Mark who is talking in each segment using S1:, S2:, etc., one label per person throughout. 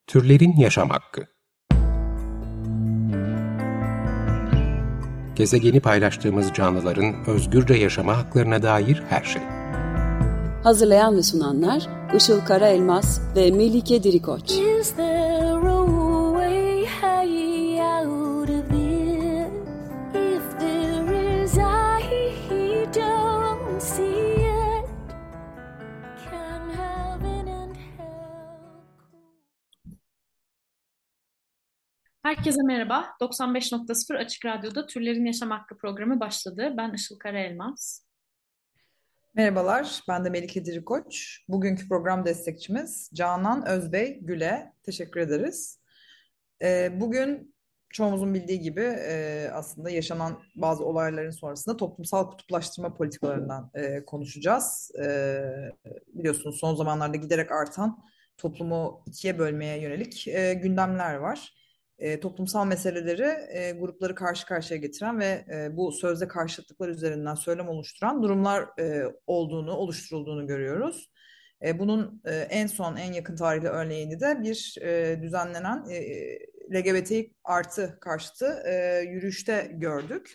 S1: Türlerin yaşam hakkı. Gezegeni paylaştığımız canlıların özgürce yaşama haklarına dair her şey.
S2: Hazırlayan ve sunanlar Işıl Karaelmaz ve Melike Dirikoç.
S3: Herkese merhaba. 95.0 Açık Radyo'da Türlerin Yaşam Hakkı programı başladı. Ben Işıl Karaelmaz.
S4: Merhabalar, ben de Melike Dirikoç. Bugünkü program destekçimiz Canan Özbey Gül'e teşekkür ederiz. Bugün çoğumuzun bildiği gibi aslında yaşanan bazı olayların sonrasında toplumsal kutuplaştırma politikalarından konuşacağız. Biliyorsunuz son zamanlarda giderek artan toplumu ikiye bölmeye yönelik gündemler var. Toplumsal meseleleri, grupları karşı karşıya getiren ve bu sözde karşıtlıklar üzerinden söylem oluşturan durumlar oluşturulduğunu görüyoruz. Bunun en yakın tarihli örneğini de bir düzenlenen LGBT artı karşıtı yürüyüşte gördük.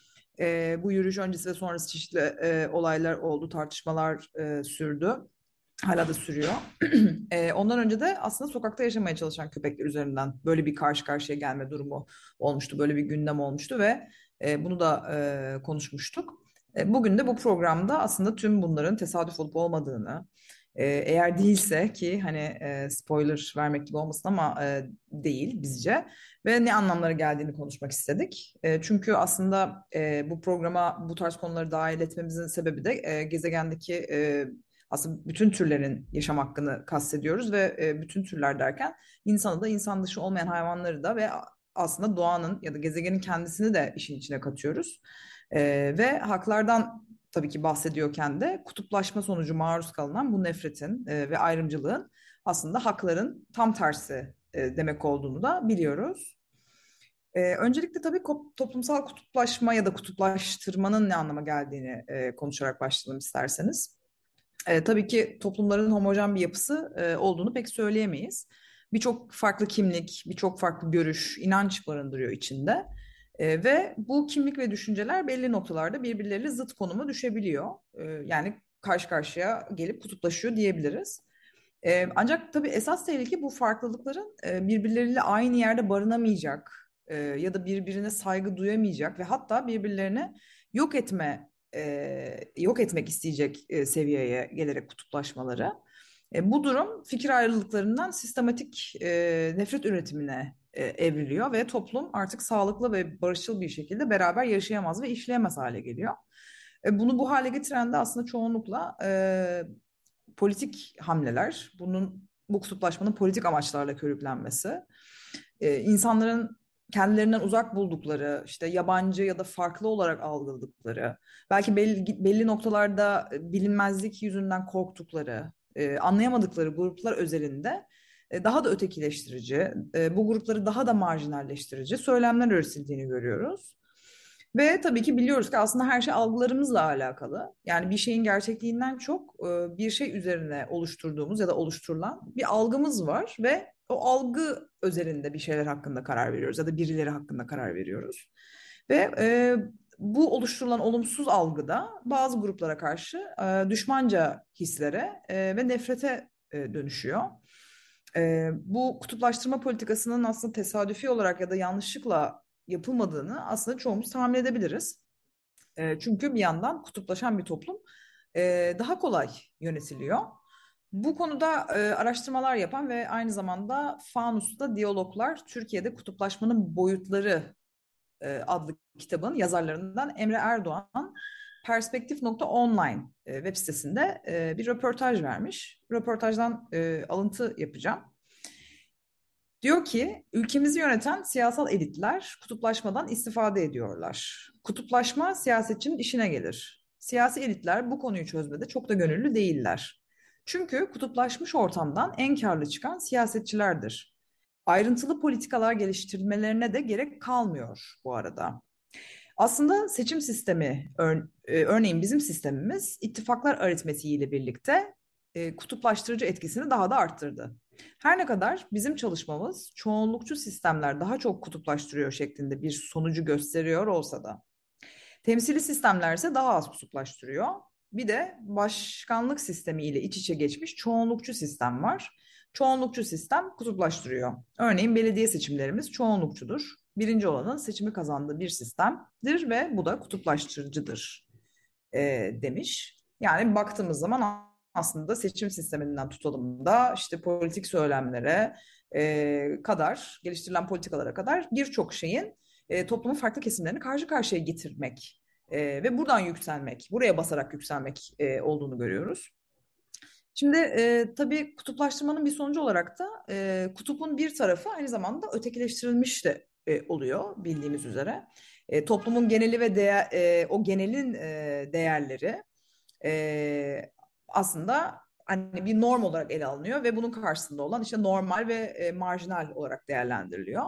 S4: Bu yürüyüş öncesi ve sonrası çeşitli olaylar oldu, tartışmalar sürdü. Hala da sürüyor. Ondan önce de aslında sokakta yaşamaya çalışan köpekler üzerinden böyle bir karşı karşıya gelme durumu olmuştu. Böyle bir gündem olmuştu ve bunu da konuşmuştuk. Bugün de bu programda aslında tüm bunların tesadüf olup olmadığını, eğer değilse ki hani spoiler vermek gibi olmasın ama değil bizce ve ne anlamlara geldiğini konuşmak istedik. Çünkü aslında bu programa bu tarz konuları dahil etmemizin sebebi de gezegendeki aslında bütün türlerin yaşam hakkını kastediyoruz ve bütün türler derken insanı da insan dışı olmayan hayvanları da ve aslında doğanın ya da gezegenin kendisini de işin içine katıyoruz. Ve haklardan tabii ki bahsediyorken de kutuplaşma sonucu maruz kalınan bu nefretin ve ayrımcılığın aslında hakların tam tersi demek olduğunu da biliyoruz. Öncelikle tabii toplumsal kutuplaşma ya da kutuplaştırmanın ne anlama geldiğini konuşarak başlayalım isterseniz. Tabii ki toplumların homojen bir yapısı olduğunu pek söyleyemeyiz. Birçok farklı kimlik, birçok farklı görüş, inanç barındırıyor içinde. Ve bu kimlik ve düşünceler belli noktalarda birbirleriyle zıt konuma düşebiliyor. Yani karşı karşıya gelip kutuplaşıyor diyebiliriz. Ancak tabii esas tehlike bu farklılıkların birbirleriyle aynı yerde barınamayacak ya da birbirine saygı duyamayacak ve hatta birbirlerini yok etmek isteyecek seviyeye gelerek kutuplaşmaları. Bu durum fikir ayrılıklarından sistematik nefret üretimine evriliyor ve toplum artık sağlıklı ve barışçıl bir şekilde beraber yaşayamaz ve işleyemez hale geliyor. Bunu bu hale getiren de aslında çoğunlukla politik hamleler, bu kutuplaşmanın politik amaçlarla körüklenmesi, insanların kendilerinden uzak buldukları, işte yabancı ya da farklı olarak algıladıkları, belki belli noktalarda bilinmezlik yüzünden korktukları, anlayamadıkları gruplar özelinde daha da ötekileştirici, bu grupları daha da marjinalleştirici söylemler üretildiğini görüyoruz. Ve tabii ki biliyoruz ki aslında her şey algılarımızla alakalı. Yani bir şeyin gerçekliğinden çok bir şey üzerine oluşturduğumuz ya da oluşturulan bir algımız var ve o algı üzerinde bir şeyler hakkında karar veriyoruz ya da birileri hakkında karar veriyoruz. Ve bu oluşturulan olumsuz algıda bazı gruplara karşı düşmanca hislere ve nefrete dönüşüyor. Bu kutuplaştırma politikasının aslında tesadüfi olarak ya da yanlışlıkla yapılmadığını aslında çoğumuz tahmin edebiliriz. Çünkü bir yandan kutuplaşan bir toplum daha kolay yönetiliyor. Bu konuda araştırmalar yapan ve aynı zamanda Fanus'ta Diyaloglar Türkiye'de Kutuplaşmanın Boyutları adlı kitabın yazarlarından Emre Erdoğan Perspektif.online web sitesinde bir röportaj vermiş. Röportajdan alıntı yapacağım. Diyor ki, ülkemizi yöneten siyasal elitler kutuplaşmadan istifade ediyorlar. Kutuplaşma siyasetçinin işine gelir. Siyasi elitler bu konuyu çözmede çok da gönüllü değiller. Çünkü kutuplaşmış ortamdan en karlı çıkan siyasetçilerdir. Ayrıntılı politikalar geliştirmelerine de gerek kalmıyor bu arada. Aslında seçim sistemi, örneğin bizim sistemimiz ittifaklar aritmetiğiyle birlikte kutuplaştırıcı etkisini daha da arttırdı. Her ne kadar bizim çalışmamız çoğunlukçu sistemler daha çok kutuplaştırıyor şeklinde bir sonucu gösteriyor olsa da, temsili sistemler ise daha az kutuplaştırıyor. Bir de başkanlık sistemiyle iç içe geçmiş çoğunlukçu sistem var. Çoğunlukçu sistem kutuplaştırıyor. Örneğin belediye seçimlerimiz çoğunlukçudur. Birinci olanın seçimi kazandığı bir sistemdir ve bu da kutuplaştırıcıdır demiş. Yani baktığımız zaman aslında seçim sisteminden tutalım da işte politik söylemlere kadar, geliştirilen politikalara kadar birçok şeyin toplumun farklı kesimlerini karşı karşıya getirmek ve buradan yükselmek, buraya basarak yükselmek olduğunu görüyoruz. Şimdi tabii kutuplaştırmanın bir sonucu olarak da kutupun bir tarafı aynı zamanda ötekileştirilmiş de oluyor bildiğimiz üzere. Toplumun geneli ve o genelin değerleri aslında hani bir norm olarak ele alınıyor ve bunun karşısında olan işte normal ve marjinal olarak değerlendiriliyor.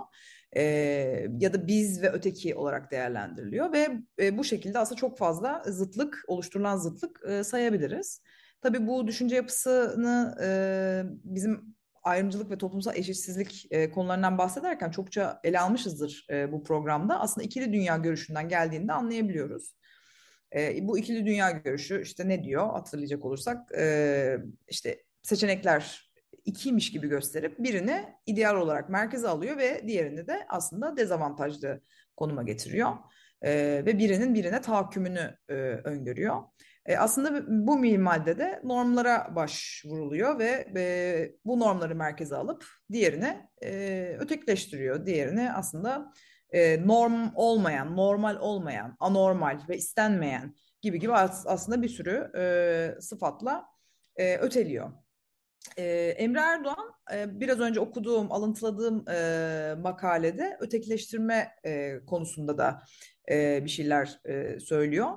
S4: Ya da biz ve öteki olarak değerlendiriliyor ve bu şekilde aslında çok fazla zıtlık, oluşturulan zıtlık sayabiliriz. Tabii bu düşünce yapısını bizim ayrımcılık ve toplumsal eşitsizlik konularından bahsederken çokça ele almışızdır bu programda. Aslında ikili dünya görüşünden geldiğinde anlayabiliyoruz. Bu ikili dünya görüşü işte ne diyor hatırlayacak olursak işte seçenekler ikiymiş gibi gösterip birini ideal olarak merkeze alıyor ve diğerini de aslında dezavantajlı konuma getiriyor. Ve birinin birine tahakkümünü öngörüyor. Aslında bu minvalde de normlara başvuruluyor ve bu normları merkeze alıp diğerini ötekileştiriyor. Diğerini aslında norm olmayan, normal olmayan, anormal ve istenmeyen gibi aslında bir sürü sıfatla öteliyor. Emre Erdoğan biraz önce okuduğum, alıntıladığım makalede ötekileştirme konusunda da bir şeyler söylüyor.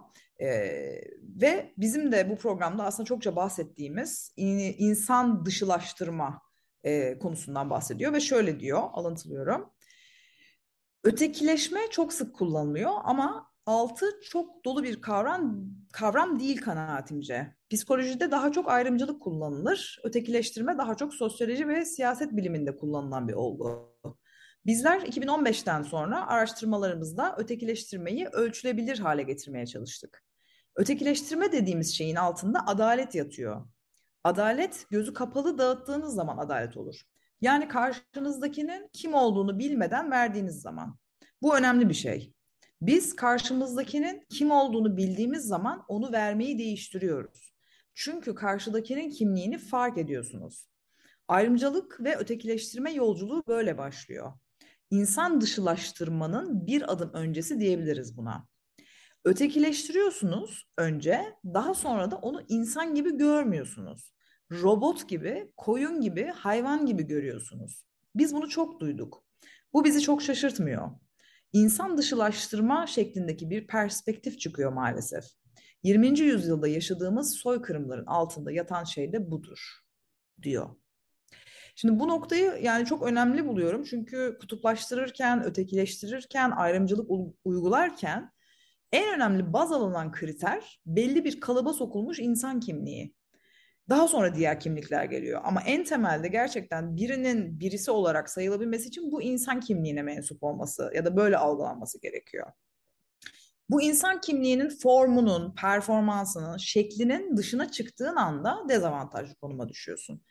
S4: Ve bizim de bu programda aslında çokça bahsettiğimiz insan dışılaştırma konusundan bahsediyor ve şöyle diyor, alıntılıyorum. Ötekileşme çok sık kullanılıyor ama altı çok dolu bir kavram değil kanaatimce. Psikolojide daha çok ayrımcılık kullanılır. Ötekileştirme daha çok sosyoloji ve siyaset biliminde kullanılan bir olgu. Bizler 2015'ten sonra araştırmalarımızda ötekileştirmeyi ölçülebilir hale getirmeye çalıştık. Ötekileştirme dediğimiz şeyin altında adalet yatıyor. Adalet gözü kapalı dağıttığınız zaman adalet olur. Yani karşınızdakinin kim olduğunu bilmeden verdiğiniz zaman. Bu önemli bir şey. Biz karşımızdakinin kim olduğunu bildiğimiz zaman onu vermeyi değiştiriyoruz. Çünkü karşıdakinin kimliğini fark ediyorsunuz. Ayrımcılık ve ötekileştirme yolculuğu böyle başlıyor. İnsan dışılaştırmanın bir adım öncesi diyebiliriz buna. Ötekileştiriyorsunuz önce, daha sonra da onu insan gibi görmüyorsunuz. Robot gibi, koyun gibi, hayvan gibi görüyorsunuz. Biz bunu çok duyduk. Bu bizi çok şaşırtmıyor. İnsan dışılaştırma şeklindeki bir perspektif çıkıyor maalesef. 20. yüzyılda yaşadığımız soykırımların altında yatan şey de budur, diyor. Şimdi bu noktayı yani çok önemli buluyorum. Çünkü kutuplaştırırken, ötekileştirirken, ayrımcılık uygularken en önemli baz alınan kriter belli bir kalıba sokulmuş insan kimliği. Daha sonra diğer kimlikler geliyor. Ama en temelde gerçekten birinin birisi olarak sayılabilmesi için bu insan kimliğine mensup olması ya da böyle algılanması gerekiyor. Bu insan kimliğinin formunun, performansının, şeklinin dışına çıktığın anda dezavantajlı konuma düşüyorsun.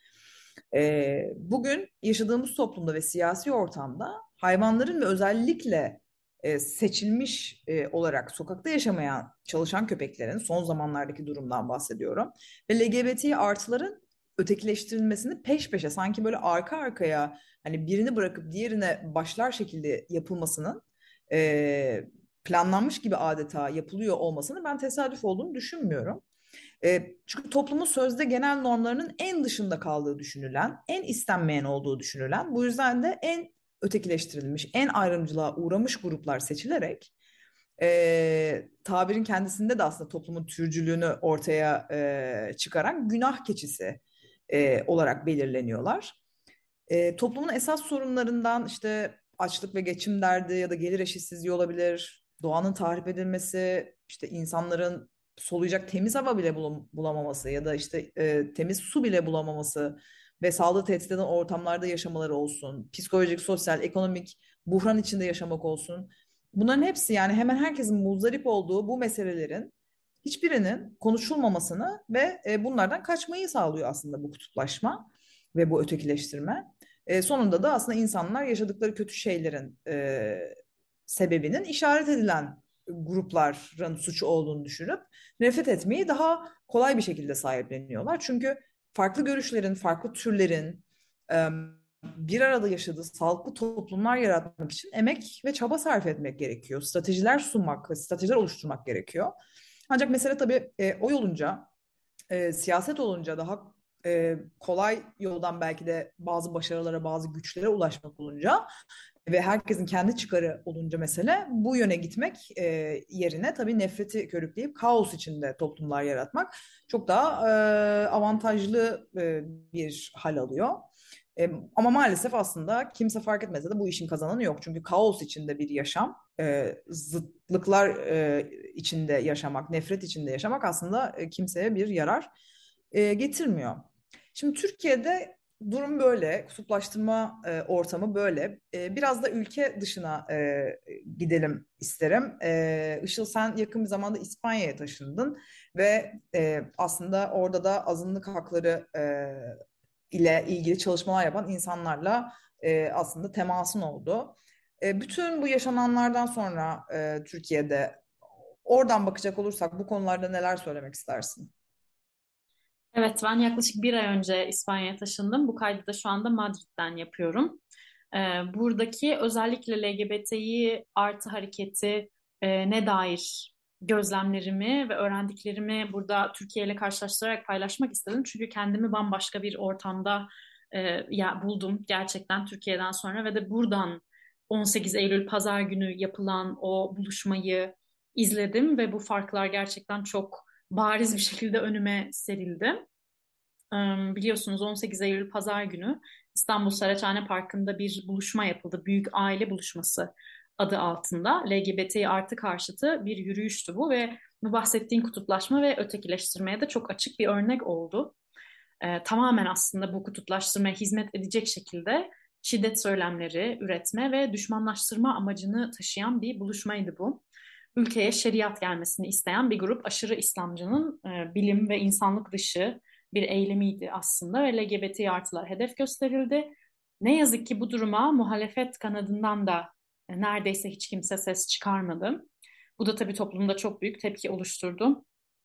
S4: Bugün yaşadığımız toplumda ve siyasi ortamda hayvanların ve özellikle seçilmiş olarak sokakta yaşamaya çalışan köpeklerin son zamanlardaki durumdan bahsediyorum. Ve LGBT artıların ötekileştirilmesini peş peşe sanki böyle arka arkaya hani birini bırakıp diğerine başlar şekilde yapılmasının planlanmış gibi adeta yapılıyor olmasını ben tesadüf olduğunu düşünmüyorum. Çünkü toplumun sözde genel normlarının en dışında kaldığı düşünülen, en istenmeyen olduğu düşünülen, bu yüzden de en ötekileştirilmiş, en ayrımcılığa uğramış gruplar seçilerek tabirin kendisinde de aslında toplumun türcülüğünü ortaya çıkaran günah keçisi olarak belirleniyorlar. Toplumun esas sorunlarından işte açlık ve geçim derdi ya da gelir eşitsizliği olabilir, doğanın tahrip edilmesi, işte insanların soluyacak temiz hava bile bulamaması ya da işte temiz su bile bulamaması ve sağlığı tehdit eden ortamlarda yaşamaları olsun, psikolojik, sosyal, ekonomik buhran içinde yaşamak olsun. Bunların hepsi yani hemen herkesin muzdarip olduğu bu meselelerin hiçbirinin konuşulmamasını ve bunlardan kaçmayı sağlıyor aslında bu kutuplaşma ve bu ötekileştirme. Sonunda da aslında insanlar yaşadıkları kötü şeylerin sebebinin işaret edilen grupların suçu olduğunu düşünüp nefret etmeyi daha kolay bir şekilde sahipleniyorlar. Çünkü farklı görüşlerin, farklı türlerin bir arada yaşadığı sağlıklı toplumlar yaratmak için emek ve çaba sarf etmek gerekiyor. Stratejiler sunmak ve stratejiler oluşturmak gerekiyor. Ancak mesele tabii o olunca, siyaset olunca daha kolay yoldan belki de bazı başarılara, bazı güçlere ulaşmak olunca ve herkesin kendi çıkarı olunca mesele bu yöne gitmek yerine tabii nefreti körükleyip kaos içinde toplumlar yaratmak çok daha avantajlı bir hal alıyor. Ama maalesef aslında kimse fark etmese de bu işin kazananı yok. Çünkü kaos içinde bir yaşam, zıtlıklar içinde yaşamak, nefret içinde yaşamak aslında kimseye bir yarar getirmiyor. Şimdi Türkiye'de durum böyle, kutuplaştırma ortamı böyle. Biraz da ülke dışına gidelim isterim. Işıl, sen yakın bir zamanda İspanya'ya taşındın ve aslında orada da azınlık hakları ile ilgili çalışmalar yapan insanlarla aslında temasın oldu. Bütün bu yaşananlardan sonra Türkiye'de oradan bakacak olursak bu konularda neler söylemek istersin?
S3: Evet, ben yaklaşık bir ay önce İspanya'ya taşındım. Bu kaydı da şu anda Madrid'den yapıyorum. Buradaki özellikle LGBTİ artı hareketi ne dair gözlemlerimi ve öğrendiklerimi burada Türkiye ile karşılaştırarak paylaşmak istedim. Çünkü kendimi bambaşka bir ortamda buldum gerçekten Türkiye'den sonra ve de buradan 18 Eylül Pazar günü yapılan o buluşmayı izledim ve bu farklar gerçekten çok bariz bir şekilde önüme serildi. Biliyorsunuz 18 Eylül Pazar günü İstanbul Saraçhane Parkı'nda bir buluşma yapıldı. Büyük Aile Buluşması adı altında. LGBT artı karşıtı bir yürüyüştü bu ve bu bahsettiğin kutuplaşma ve ötekileştirmeye de çok açık bir örnek oldu. Tamamen aslında bu kutuplaştırmaya hizmet edecek şekilde şiddet söylemleri üretme ve düşmanlaştırma amacını taşıyan bir buluşmaydı bu. Ülkeye şeriat gelmesini isteyen bir grup aşırı İslamcının bilim ve insanlık dışı bir eylemiydi aslında ve LGBT artılar hedef gösterildi. Ne yazık ki bu duruma muhalefet kanadından da neredeyse hiç kimse ses çıkarmadı. Bu da tabii toplumda çok büyük tepki oluşturdu.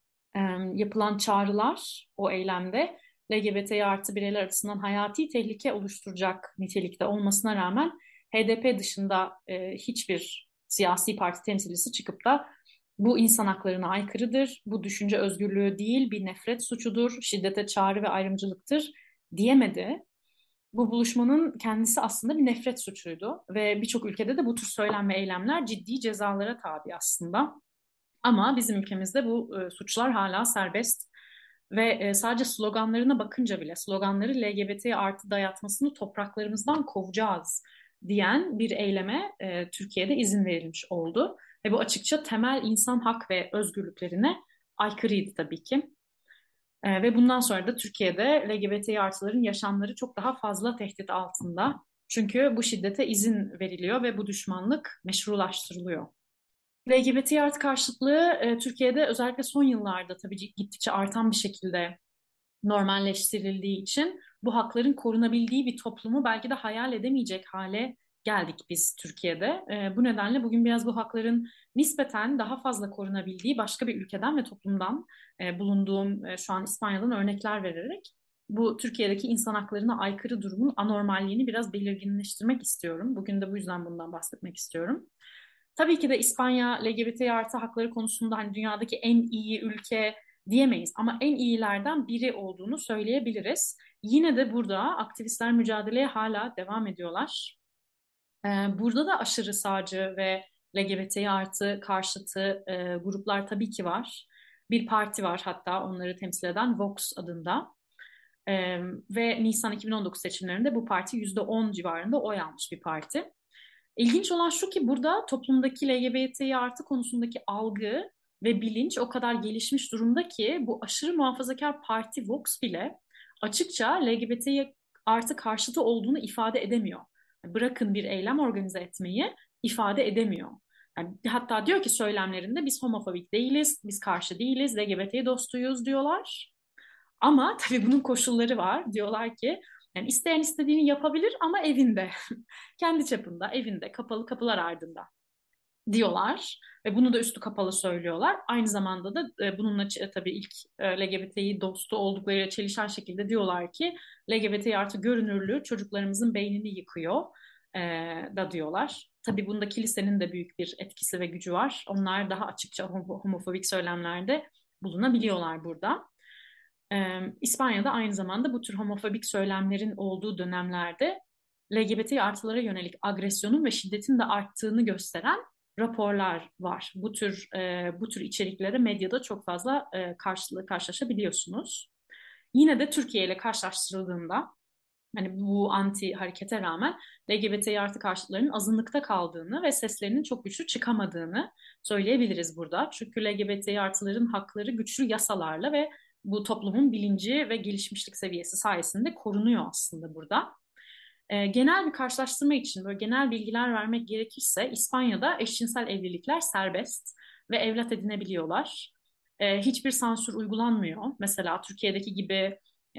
S3: Yapılan çağrılar o eylemde LGBT artı bireyler açısından hayati tehlike oluşturacak nitelikte olmasına rağmen HDP dışında hiçbir siyasi parti temsilcisi çıkıp da bu insan haklarına aykırıdır, bu düşünce özgürlüğü değil bir nefret suçudur, şiddete çağrı ve ayrımcılıktır diyemedi. Bu buluşmanın kendisi aslında bir nefret suçuydu ve birçok ülkede de bu tür söylem ve eylemler ciddi cezalara tabi aslında. Ama bizim ülkemizde bu suçlar hala serbest ve sadece sloganlarına bakınca bile sloganları LGBT artı dayatmasını topraklarımızdan kovacağız diyen bir eyleme Türkiye'de izin verilmiş oldu. Ve bu açıkça temel insan hak ve özgürlüklerine aykırıydı tabii ki. Ve bundan sonra da Türkiye'de LGBT artıların yaşamları çok daha fazla tehdit altında. Çünkü bu şiddete izin veriliyor ve bu düşmanlık meşrulaştırılıyor. LGBT artı karşıtlığı Türkiye'de özellikle son yıllarda tabii gittikçe artan bir şekilde normalleştirildiği için bu hakların korunabildiği bir toplumu belki de hayal edemeyecek hale geldik biz Türkiye'de. Bu nedenle bugün biraz bu hakların nispeten daha fazla korunabildiği başka bir ülkeden ve toplumdan bulunduğum şu an İspanya'dan örnekler vererek bu Türkiye'deki insan haklarına aykırı durumun anormalliğini biraz belirginleştirmek istiyorum. Bugün de bu yüzden bundan bahsetmek istiyorum. Tabii ki de İspanya LGBT artı hakları konusunda hani dünyadaki en iyi ülke diyemeyiz ama en iyilerden biri olduğunu söyleyebiliriz. Yine de burada aktivistler mücadeleye hala devam ediyorlar. Burada da aşırı sağcı ve LGBT artı karşıtı gruplar tabii ki var. Bir parti var hatta onları temsil eden Vox adında. Ve Nisan 2019 seçimlerinde bu parti %10 civarında oy almış bir parti. İlginç olan şu ki burada toplumdaki LGBT artı konusundaki algı ve bilinç o kadar gelişmiş durumda ki bu aşırı muhafazakar parti Vox bile açıkça LGBT'ye artı karşıtı olduğunu ifade edemiyor. Bırakın bir eylem organize etmeyi, ifade edemiyor. Yani hatta diyor ki söylemlerinde biz homofobik değiliz, biz karşı değiliz, LGBT dostuyuz diyorlar. Ama tabii bunun koşulları var. Diyorlar ki yani isteyen istediğini yapabilir ama evinde, kendi çapında, evinde, kapalı kapılar ardında diyorlar ve bunu da üstü kapalı söylüyorlar. Aynı zamanda da bununla tabii ilk LGBTİ dostu olduklarıyla çelişen şekilde diyorlar ki LGBTİ artı görünürlüğü çocuklarımızın beynini yıkıyor e, da diyorlar. Tabii bunda kilisenin de büyük bir etkisi ve gücü var. Onlar daha açıkça homofobik söylemlerde bulunabiliyorlar burada. İspanya'da aynı zamanda bu tür homofobik söylemlerin olduğu dönemlerde LGBT artılara yönelik agresyonun ve şiddetin de arttığını gösteren raporlar var. Bu tür içeriklere medyada çok fazla karşılaşabiliyorsunuz. Yine de Türkiye ile karşılaştırıldığında hani bu anti harekete rağmen LGBT artı karşıtlarının azınlıkta kaldığını ve seslerinin çok güçlü çıkamadığını söyleyebiliriz burada. Çünkü LGBT artıların hakları güçlü yasalarla ve bu toplumun bilinci ve gelişmişlik seviyesi sayesinde korunuyor aslında burada. Genel bir karşılaştırma için böyle genel bilgiler vermek gerekirse İspanya'da eşcinsel evlilikler serbest ve evlat edinebiliyorlar. Hiçbir sansür uygulanmıyor. Mesela Türkiye'deki gibi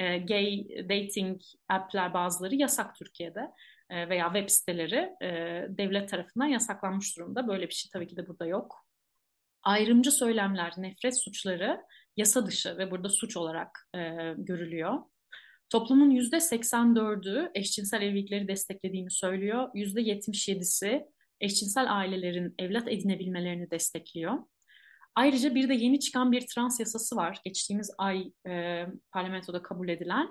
S3: gay dating app'ler bazıları yasak Türkiye'de veya web siteleri devlet tarafından yasaklanmış durumda. Böyle bir şey tabii ki de burada yok. Ayrımcı söylemler, nefret suçları yasa dışı ve burada suç olarak görülüyor. Toplumun %84'ü eşcinsel evlilikleri desteklediğini söylüyor. %77'si eşcinsel ailelerin evlat edinebilmelerini destekliyor. Ayrıca bir de yeni çıkan bir trans yasası var. Geçtiğimiz ay parlamentoda kabul edilen.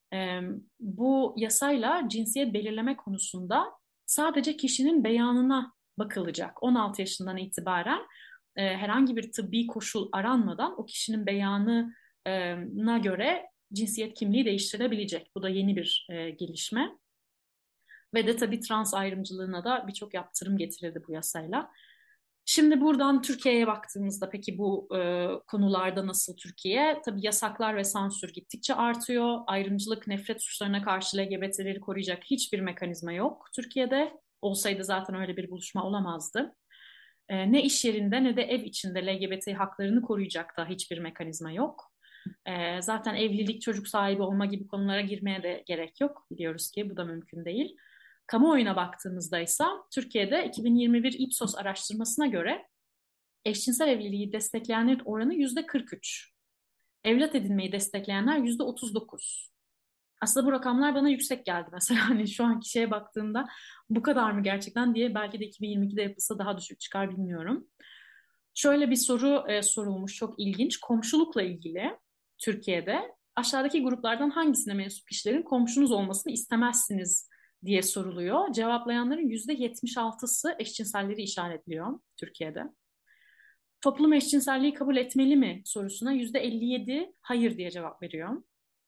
S3: Bu yasayla cinsiyet belirleme konusunda sadece kişinin beyanına bakılacak. 16 yaşından itibaren herhangi bir tıbbi koşul aranmadan o kişinin beyanına göre cinsiyet kimliği değiştirilebilecek. Bu da yeni bir gelişme. Ve de tabii trans ayrımcılığına da birçok yaptırım getirildi bu yasayla. Şimdi buradan Türkiye'ye baktığımızda peki bu konularda nasıl Türkiye? Tabii yasaklar ve sansür gittikçe artıyor. Ayrımcılık, nefret suçlarına karşı LGBT'leri koruyacak hiçbir mekanizma yok Türkiye'de. Olsaydı zaten öyle bir buluşma olamazdı. Ne iş yerinde ne de ev içinde LGBT haklarını koruyacak da hiçbir mekanizma yok. Zaten evlilik, çocuk sahibi olma gibi konulara girmeye de gerek yok. Biliyoruz ki bu da mümkün değil. Kamuoyuna baktığımızda ise Türkiye'de 2021 Ipsos araştırmasına göre eşcinsel evliliği destekleyenlerin oranı %43. Evlat edinmeyi destekleyenler %39. Aslında bu rakamlar bana yüksek geldi mesela. Hani şu anki şeye baktığımda bu kadar mı gerçekten diye belki de 2022'de yapılsa daha düşük çıkar bilmiyorum. Şöyle bir soru sorulmuş çok ilginç. Komşulukla ilgili Türkiye'de aşağıdaki gruplardan hangisine mensup kişilerin komşunuz olmasını istemezsiniz diye soruluyor. Cevaplayanların %76'sı eşcinselleri işaretliyor Türkiye'de. Toplum eşcinselliği kabul etmeli mi sorusuna %57 hayır diye cevap veriyor.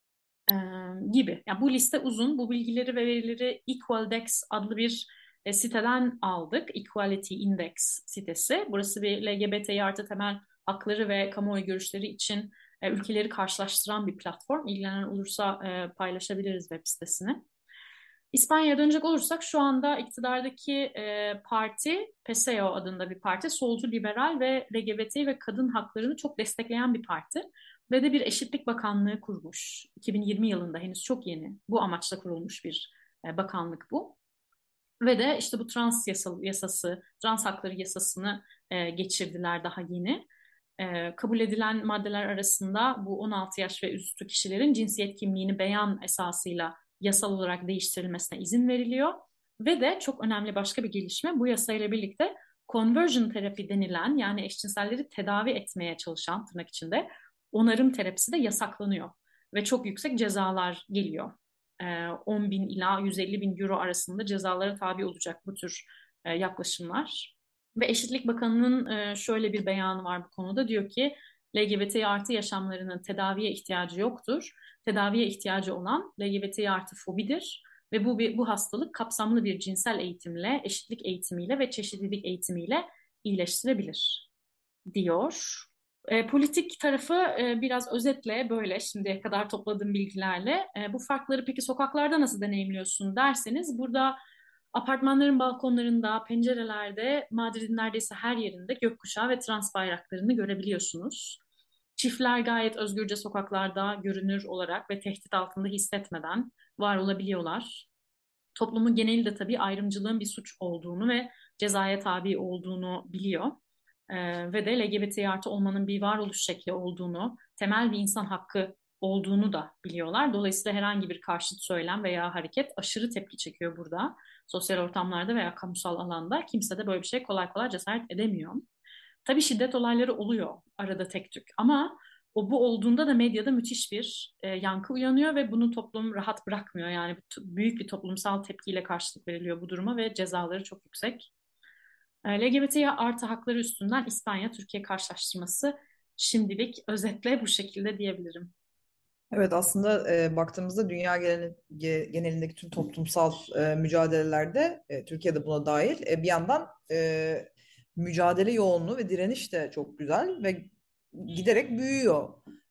S3: Gibi. Yani bu liste uzun. Bu bilgileri ve verileri Equaldex adlı bir siteden aldık. Equality Index sitesi. Burası bir LGBTİ artı temel hakları ve kamuoyu görüşleri için ülkeleri karşılaştıran bir platform. İlgilenen olursa paylaşabiliriz web sitesini. İspanya'ya dönecek olursak şu anda iktidardaki parti PSOE adında bir parti. Solcu, liberal ve LGBT ve kadın haklarını çok destekleyen bir parti. Ve de bir eşitlik bakanlığı kurmuş. 2020 yılında henüz çok yeni. Bu amaçla kurulmuş bir bakanlık bu. Ve de işte bu trans yasası, trans hakları yasasını geçirdiler daha yeni. Kabul edilen maddeler arasında bu 16 yaş ve üstü kişilerin cinsiyet kimliğini beyan esasıyla yasal olarak değiştirilmesine izin veriliyor. Ve de çok önemli başka bir gelişme bu yasayla birlikte conversion terapi denilen yani eşcinselleri tedavi etmeye çalışan tırnak içinde onarım terapisi de yasaklanıyor. Ve çok yüksek cezalar geliyor. 10 bin ila 150 bin euro arasında cezalara tabi olacak bu tür yaklaşımlar. Ve Eşitlik Bakanı'nın şöyle bir beyanı var bu konuda. Diyor ki LGBT artı yaşamlarının tedaviye ihtiyacı yoktur. Tedaviye ihtiyacı olan LGBT artı fobidir. Ve bu hastalık kapsamlı bir cinsel eğitimle, eşitlik eğitimiyle ve çeşitlilik eğitimiyle iyileştirebilir diyor. Politik tarafı biraz özetle böyle şimdiye kadar topladığım bilgilerle. Bu farkları peki sokaklarda nasıl deneyimliyorsun derseniz burada apartmanların balkonlarında, pencerelerde, Madrid'in neredeyse her yerinde gökkuşağı ve trans bayraklarını görebiliyorsunuz. Çiftler gayet özgürce sokaklarda görünür olarak ve tehdit altında hissetmeden var olabiliyorlar. Toplumun geneli de tabii ayrımcılığın bir suç olduğunu ve cezaya tabi olduğunu biliyor. Ve de LGBT artı olmanın bir varoluş şekli olduğunu, temel bir insan hakkı olduğunu da biliyorlar. Dolayısıyla herhangi bir karşıt söylem veya hareket aşırı tepki çekiyor burada. Sosyal ortamlarda veya kamusal alanda kimse de böyle bir şey kolay kolay cesaret edemiyor. Tabii şiddet olayları oluyor arada tek tük ama bu olduğunda da medyada müthiş bir yankı uyanıyor ve bunu toplum rahat bırakmıyor. Yani büyük bir toplumsal tepkiyle karşılık veriliyor bu duruma ve cezaları çok yüksek. LGBT artı hakları üstünden İspanya-Türkiye karşılaştırması şimdilik özetle bu şekilde diyebilirim.
S4: Evet, aslında baktığımızda dünya genelindeki tüm toplumsal mücadelelerde Türkiye'de buna dahil bir yandan mücadele yoğunluğu ve direniş de çok güzel ve giderek büyüyor.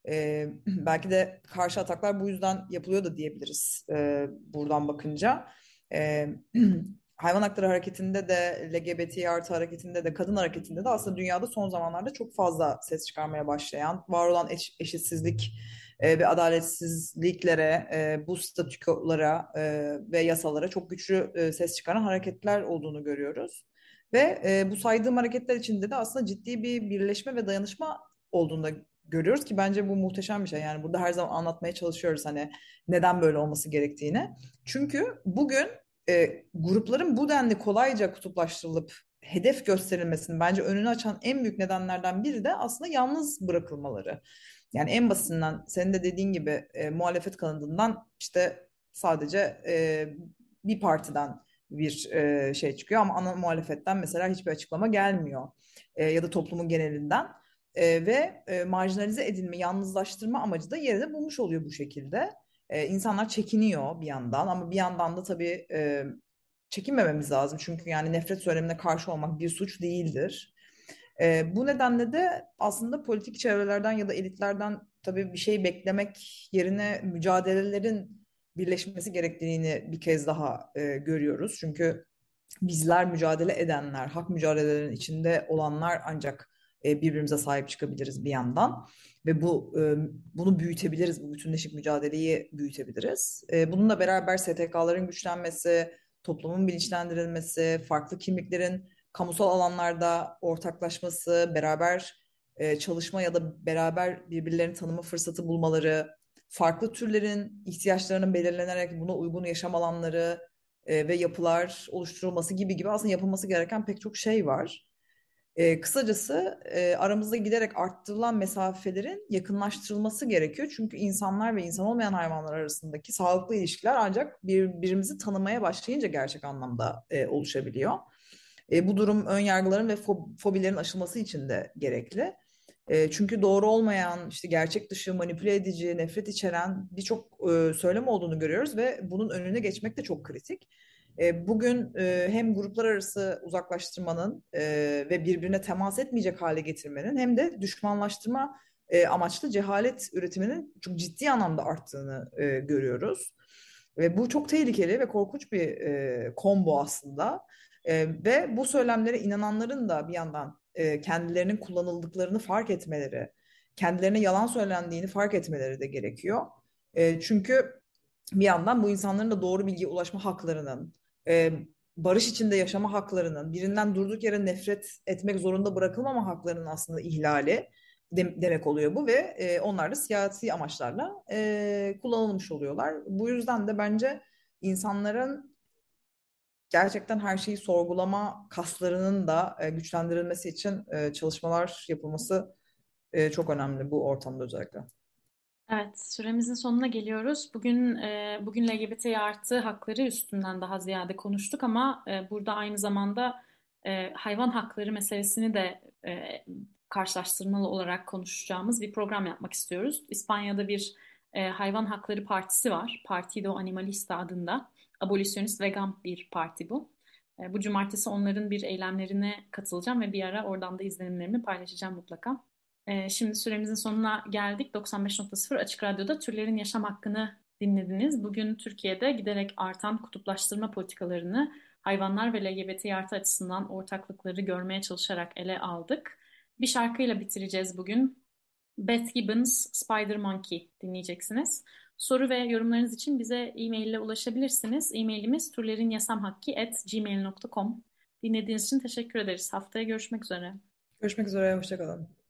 S4: Belki de karşı ataklar bu yüzden yapılıyor da diyebiliriz buradan bakınca. E, Hayvan hakları hareketinde de LGBT artı hareketinde de kadın hareketinde de aslında dünyada son zamanlarda çok fazla ses çıkarmaya başlayan, var olan eşitsizlik ve adaletsizliklere, bu statükolara ve yasalara çok güçlü ses çıkaran hareketler olduğunu görüyoruz. Ve bu saydığım hareketler içinde de aslında ciddi bir birleşme ve dayanışma olduğunu da görüyoruz ki bence bu muhteşem bir şey. Yani burada her zaman anlatmaya çalışıyoruz hani neden böyle olması gerektiğini. Çünkü bugün grupların bu denli kolayca kutuplaştırılıp hedef gösterilmesinin bence önünü açan en büyük nedenlerden biri de aslında yalnız bırakılmaları. Yani en basitinden senin de dediğin gibi muhalefet kanadından işte sadece bir partiden bir şey çıkıyor ama ana muhalefetten mesela hiçbir açıklama gelmiyor. Ya da toplumun genelinden. Ve marjinalize edilme, yalnızlaştırma amacı da yerini bulmuş oluyor bu şekilde. İnsanlar çekiniyor bir yandan ama bir yandan da tabii çekinmememiz lazım. Çünkü yani nefret söylemine karşı olmak bir suç değildir. Bu nedenle de aslında politik çevrelerden ya da elitlerden tabii bir şey beklemek yerine mücadelelerin birleşmesi gerektiğini bir kez daha görüyoruz. Çünkü bizler mücadele edenler, hak mücadelelerinin içinde olanlar ancak birbirimize sahip çıkabiliriz bir yandan ve bunu büyütebiliriz, bu bütünleşik mücadeleyi büyütebiliriz. Bununla beraber STK'ların güçlenmesi, toplumun bilinçlendirilmesi, farklı kimliklerin kamusal alanlarda ortaklaşması, beraber çalışma ya da beraber birbirlerini tanıma fırsatı bulmaları, farklı türlerin ihtiyaçlarının belirlenerek buna uygun yaşam alanları ve yapılar oluşturulması gibi aslında yapılması gereken pek çok şey var. Kısacası aramızda giderek arttırılan mesafelerin yakınlaştırılması gerekiyor. Çünkü insanlar ve insan olmayan hayvanlar arasındaki sağlıklı ilişkiler ancak birbirimizi tanımaya başlayınca gerçek anlamda oluşabiliyor. Bu durum ön yargıların ve fobilerin aşılması için de gerekli. Çünkü doğru olmayan, işte gerçek dışı, manipüle edici, nefret içeren birçok söylem olduğunu görüyoruz ve bunun önüne geçmek de çok kritik. Bugün hem gruplar arası uzaklaştırmanın ve birbirine temas etmeyecek hale getirmenin hem de düşmanlaştırma amaçlı cehalet üretiminin çok ciddi anlamda arttığını görüyoruz. Ve bu çok tehlikeli ve korkunç bir combo aslında. Ve bu söylemlere inananların da bir yandan kendilerinin kullanıldıklarını fark etmeleri, kendilerine yalan söylendiğini fark etmeleri de gerekiyor. Çünkü bir yandan bu insanların da doğru bilgiye ulaşma haklarının, e, barış içinde yaşama haklarının, birinden durduk yere nefret etmek zorunda bırakılmama haklarının aslında ihlali demek oluyor bu ve onlar da siyasi amaçlarla kullanılmış oluyorlar. Bu yüzden de bence insanların gerçekten her şeyi sorgulama kaslarının da güçlendirilmesi için çalışmalar yapılması çok önemli bu ortamda özellikle.
S3: Evet, süremizin sonuna geliyoruz. Bugün LGBT artı hakları üstünden daha ziyade konuştuk ama burada aynı zamanda hayvan hakları meselesini de karşılaştırmalı olarak konuşacağımız bir program yapmak istiyoruz. İspanya'da bir hayvan hakları partisi var. Partido Animalista adında. Abolisyonist vegan bir parti bu. Bu cumartesi onların bir eylemlerine katılacağım ve bir ara oradan da izlenimlerimi paylaşacağım mutlaka. Şimdi süremizin sonuna geldik. 95.0 Açık Radyo'da Türlerin Yaşam Hakkını dinlediniz. Bugün Türkiye'de giderek artan kutuplaştırma politikalarını hayvanlar ve LGBT artı açısından ortaklıkları görmeye çalışarak ele aldık. Bir şarkıyla bitireceğiz bugün. Beth Gibbons, Spider Monkey dinleyeceksiniz. Soru ve yorumlarınız için bize e-mail ile ulaşabilirsiniz. E-mailimiz turlerinyasamhakki@gmail.com. Dinlediğiniz için teşekkür ederiz. Haftaya görüşmek üzere.
S4: Görüşmek üzere, hoşça kalın.